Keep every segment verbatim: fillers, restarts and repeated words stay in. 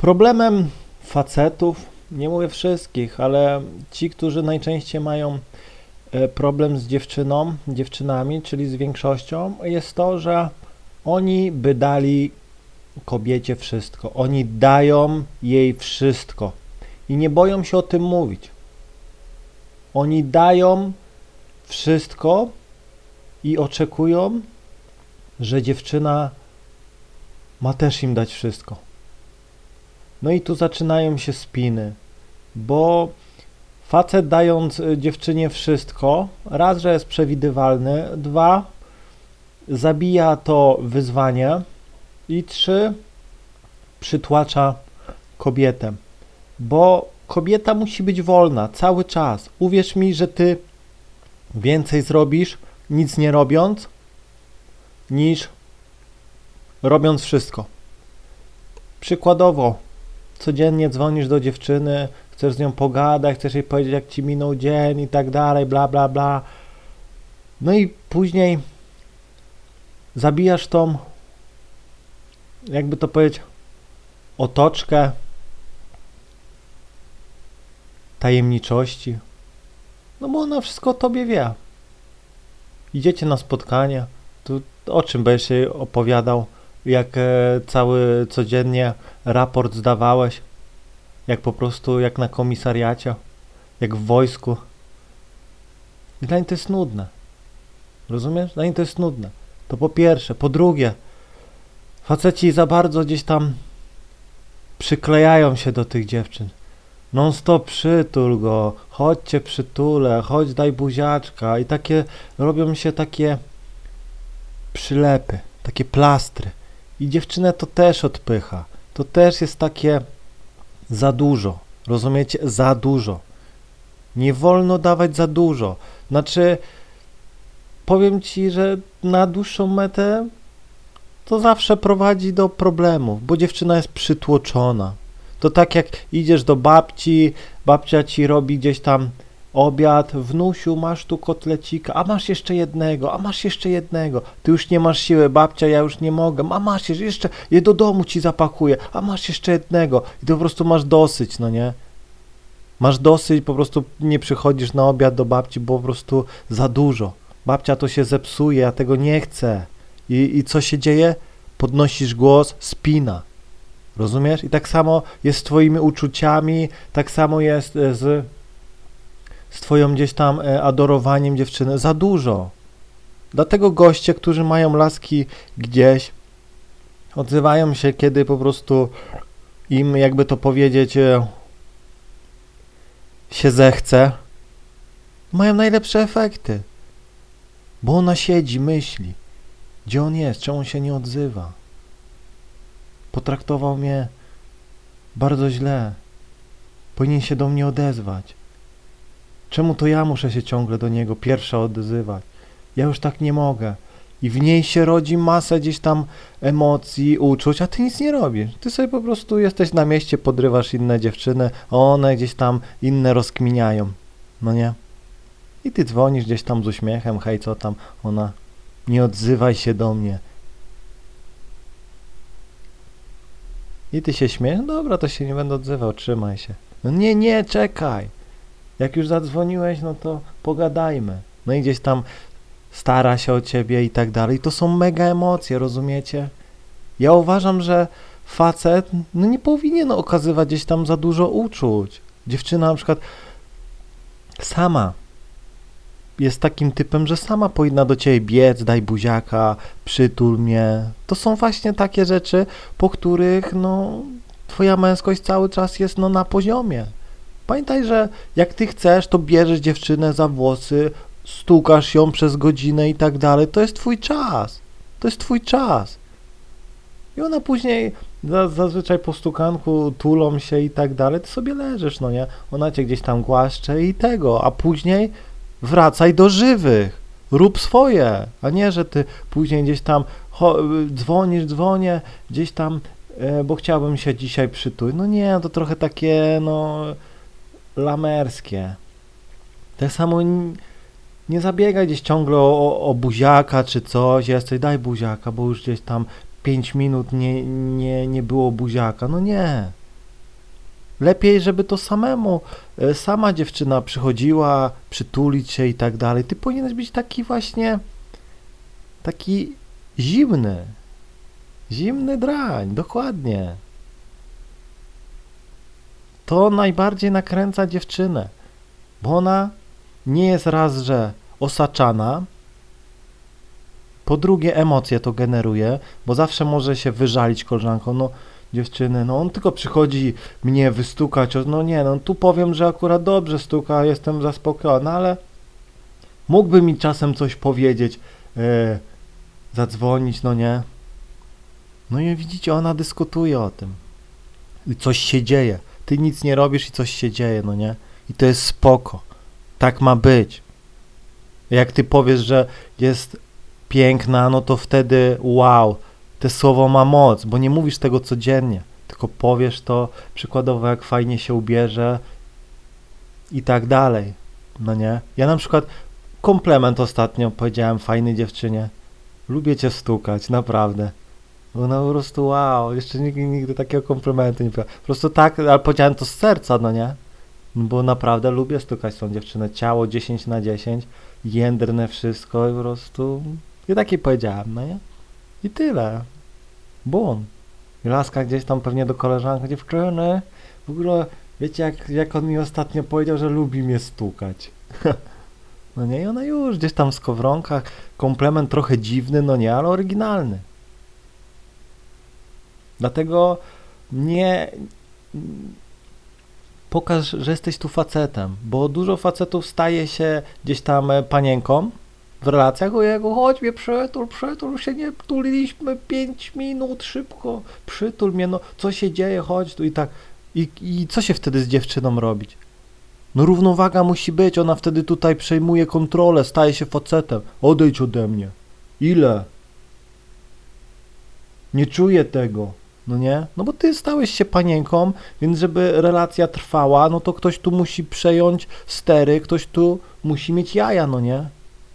Problemem facetów, nie mówię wszystkich, ale ci, którzy najczęściej mają e, problem z dziewczyną, dziewczynami, czyli z większością, jest to, że oni by dali kobiecie wszystko. Oni dają jej wszystko i nie boją się o tym mówić. Oni dają wszystko i oczekują, że dziewczyna ma też im dać wszystko. No i tu zaczynają się spiny, bo facet dając dziewczynie wszystko, raz, że jest przewidywalny, dwa, zabija to wyzwanie i trzy, przytłacza kobietę, bo kobieta musi być wolna cały czas. Uwierz mi, że ty więcej zrobisz, nic nie robiąc, niż robiąc wszystko. Przykładowo, codziennie dzwonisz do dziewczyny, chcesz z nią pogadać, chcesz jej powiedzieć, jak ci minął dzień i tak dalej, bla, bla, bla. No i później zabijasz tą, jakby to powiedzieć, otoczkę tajemniczości. No bo ona wszystko o tobie wie. Idziecie na spotkanie, tu o czym będziesz jej opowiadał, jak e, cały codziennie raport zdawałeś, jak po prostu jak na komisariacie, jak w wojsku. I dla niej to jest nudne. Rozumiesz? Dla niej to jest nudne. To po pierwsze. Po drugie, faceci za bardzo gdzieś tam przyklejają się do tych dziewczyn. Non stop przytul go, chodźcie przytulę, chodź daj buziaczka i takie, robią się takie przylepy, takie plastry. I dziewczynę to też odpycha. To też jest takie za dużo. Rozumiecie? Za dużo. Nie wolno dawać za dużo. Znaczy, powiem ci, że na dłuższą metę to zawsze prowadzi do problemów, bo dziewczyna jest przytłoczona. To tak jak idziesz do babci, babcia ci robi gdzieś tam obiad, wnusiu, masz tu kotlecika, a masz jeszcze jednego, a masz jeszcze jednego, ty już nie masz siły, babcia, ja już nie mogę, a masz jeszcze, je do domu ci zapakuję, a masz jeszcze jednego i ty po prostu masz dosyć, no nie? Masz dosyć, po prostu nie przychodzisz na obiad do babci, bo po prostu za dużo. Babcia to się zepsuje, ja tego nie chcę. I, i co się dzieje? Podnosisz głos, spina. Rozumiesz? I tak samo jest z twoimi uczuciami, tak samo jest z, z twoją gdzieś tam adorowaniem dziewczyny. Za dużo. Dlatego goście, którzy mają laski gdzieś, odzywają się, kiedy po prostu im, jakby to powiedzieć, się zechce, mają najlepsze efekty. Bo ona siedzi, myśli. Gdzie on jest? Czemu on się nie odzywa? Potraktował mnie bardzo źle. Powinien się do mnie odezwać. Czemu to ja muszę się ciągle do niego pierwsza odzywać? Ja już tak nie mogę. I w niej się rodzi masę gdzieś tam emocji, uczuć, a ty nic nie robisz. Ty sobie po prostu jesteś na mieście, podrywasz inne dziewczyny, a one gdzieś tam inne rozkminiają. No nie? I ty dzwonisz gdzieś tam z uśmiechem, hej, co tam? Ona, nie odzywaj się do mnie. I ty się śmiejesz? No dobra, to się nie będę odzywał, trzymaj się. No nie, nie, czekaj. Jak już zadzwoniłeś, no to pogadajmy. No i gdzieś tam stara się o ciebie i tak dalej. To są mega emocje, rozumiecie? Ja uważam, że facet no nie powinien okazywać gdzieś tam za dużo uczuć. Dziewczyna na przykład sama jest takim typem, że sama powinna do ciebie biec, daj buziaka, przytul mnie. To są właśnie takie rzeczy, po których no twoja męskość cały czas jest no na poziomie. Pamiętaj, że jak ty chcesz, to bierzesz dziewczynę za włosy, stukasz ją przez godzinę i tak dalej. To jest twój czas. To jest twój czas. I ona później za, zazwyczaj po stukanku tulą się i tak dalej, ty sobie leżysz, no nie? Ona cię gdzieś tam głaszcze i tego, a później wracaj do żywych. Rób swoje, a nie, że ty później gdzieś tam dzwonisz, dzwonię, gdzieś tam, e, bo chciałbym się dzisiaj przytulić. No nie, to trochę takie, no, lamerskie. Tak samo nie zabiegaj gdzieś ciągle o, o, o buziaka czy coś, jesteś, daj buziaka, bo już gdzieś tam pięć minut nie, nie, nie było buziaka. No nie. Lepiej, żeby to samemu, e, sama dziewczyna przychodziła, przytulić się i tak dalej. Ty powinieneś być taki właśnie, taki zimny. Zimny drań, dokładnie. To najbardziej nakręca dziewczynę, bo ona nie jest raz, że osaczana, po drugie emocje to generuje, bo zawsze może się wyżalić koleżanką, no dziewczyny, no on tylko przychodzi mnie wystukać, no nie, no tu powiem, że akurat dobrze stuka, jestem zaspokojony, ale mógłby mi czasem coś powiedzieć, e, zadzwonić, no nie. No i widzicie, ona dyskutuje o tym. I coś się dzieje. Ty nic nie robisz i coś się dzieje, no nie? I to jest spoko. Tak ma być. Jak ty powiesz, że jest piękna, no to wtedy wow, to słowo ma moc, bo nie mówisz tego codziennie, tylko powiesz to przykładowo, jak fajnie się ubierze i tak dalej, no nie? Ja na przykład komplement ostatnio powiedziałem fajnej dziewczynie, lubię cię stukać, naprawdę. Ona po prostu wow, jeszcze nigdy, nigdy takiego komplementu nie powiedziała. Po prostu tak, ale powiedziałem to z serca, no nie? Bo naprawdę lubię stukać tą dziewczynę. Ciało dziesięć na dziesięć, jędrne wszystko i po prostu... I takie powiedziałem, no nie? I tyle. Bum. I laska gdzieś tam pewnie do koleżanki, dziewczyny. W ogóle, wiecie, jak, jak on mi ostatnio powiedział, że lubi mnie stukać. No nie? I ona już gdzieś tam w skowronkach. Komplement trochę dziwny, no nie, ale oryginalny. Dlatego nie... Pokaż, że jesteś tu facetem, bo dużo facetów staje się gdzieś tam panienką w relacjach. O jego, chodź mnie przytul, przytul, się nie tuliliśmy pięć minut, szybko, przytul mnie, no co się dzieje, chodź tu i tak. I, I co się wtedy z dziewczyną robić? No równowaga musi być, ona wtedy tutaj przejmuje kontrolę, staje się facetem. Odejdź ode mnie. Ile? Nie czuję tego. No nie? No bo ty stałeś się panienką, więc żeby relacja trwała, no to ktoś tu musi przejąć stery, ktoś tu musi mieć jaja, no nie?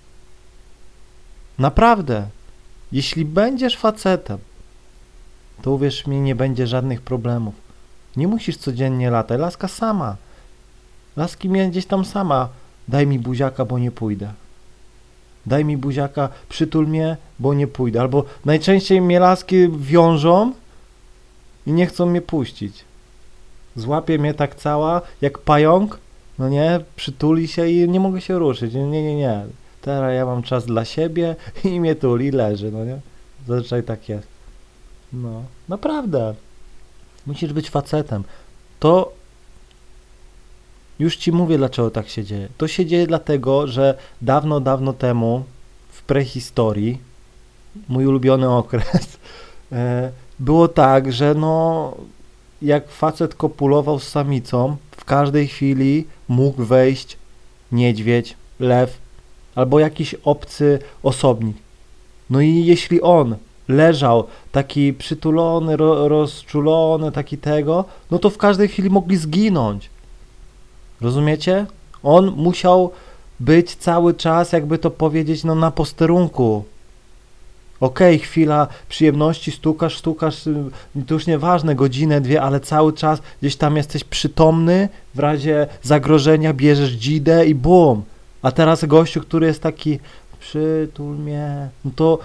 Naprawdę. Jeśli będziesz facetem, to uwierz mi, nie będzie żadnych problemów. Nie musisz codziennie latać, laska sama. Laski mnie gdzieś tam sama. Daj mi buziaka, bo nie pójdę. Daj mi buziaka, przytul mnie, bo nie pójdę. Albo najczęściej mnie laski wiążą i nie chcą mnie puścić. Złapie mnie tak cała, jak pająk, no nie, przytuli się i nie mogę się ruszyć. Nie, nie, nie. Teraz ja mam czas dla siebie i mnie tuli, leży, no nie. Zazwyczaj tak jest. No, naprawdę. Musisz być facetem. To już ci mówię, dlaczego tak się dzieje. To się dzieje dlatego, że dawno, dawno temu, w prehistorii, mój ulubiony okres, e, było tak, że no, jak facet kopulował z samicą, w każdej chwili mógł wejść niedźwiedź, lew albo jakiś obcy osobnik. No i jeśli on leżał taki przytulony, ro, rozczulony, taki tego, no to w każdej chwili mogli zginąć. Rozumiecie? On musiał być cały czas, jakby to powiedzieć, no na posterunku. Okej, okay, chwila przyjemności, stukasz, stukasz, to już nieważne, godzinę, dwie, ale cały czas gdzieś tam jesteś przytomny, w razie zagrożenia bierzesz dzidę i bum. A teraz gościu, który jest taki, przytul mnie, no to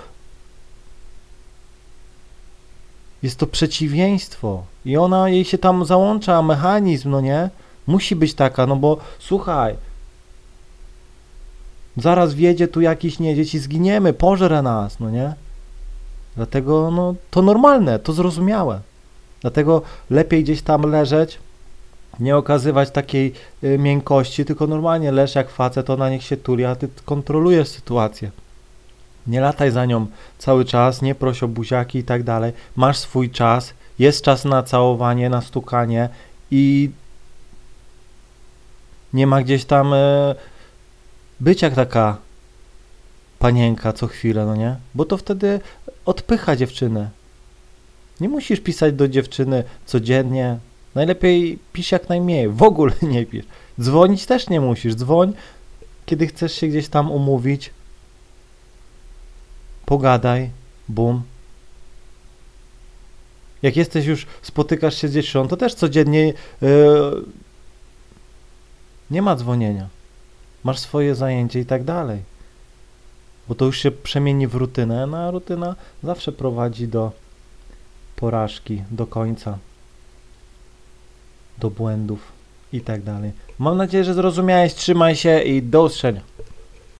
jest to przeciwieństwo. I ona, jej się tam załącza mechanizm, no nie? Musi być taka, no bo słuchaj, zaraz wjedzie tu jakiś niedźwiedź i zginiemy, pożre nas, no nie? Dlatego, no, to normalne, to zrozumiałe. Dlatego lepiej gdzieś tam leżeć, nie okazywać takiej y, miękkości, tylko normalnie leż jak facet, ona niech się tuli, a ty kontrolujesz sytuację. Nie lataj za nią cały czas, nie proś o buziaki i tak dalej. Masz swój czas, jest czas na całowanie, na stukanie i nie ma gdzieś tam y, być jak taka panienka co chwilę, no nie? Bo to wtedy odpycha dziewczynę. Nie musisz pisać do dziewczyny codziennie. Najlepiej pisz jak najmniej. W ogóle nie pisz. Dzwonić też nie musisz. Dzwoń, kiedy chcesz się gdzieś tam umówić. Pogadaj. Bum. Jak jesteś już, spotykasz się z dziewczyną, to też codziennie yy, nie ma dzwonienia. Masz swoje zajęcie i tak dalej. Bo to już się przemieni w rutynę, no a rutyna zawsze prowadzi do porażki, do końca, do błędów i tak dalej. Mam nadzieję, że zrozumiałeś, trzymaj się i do usłyszenia.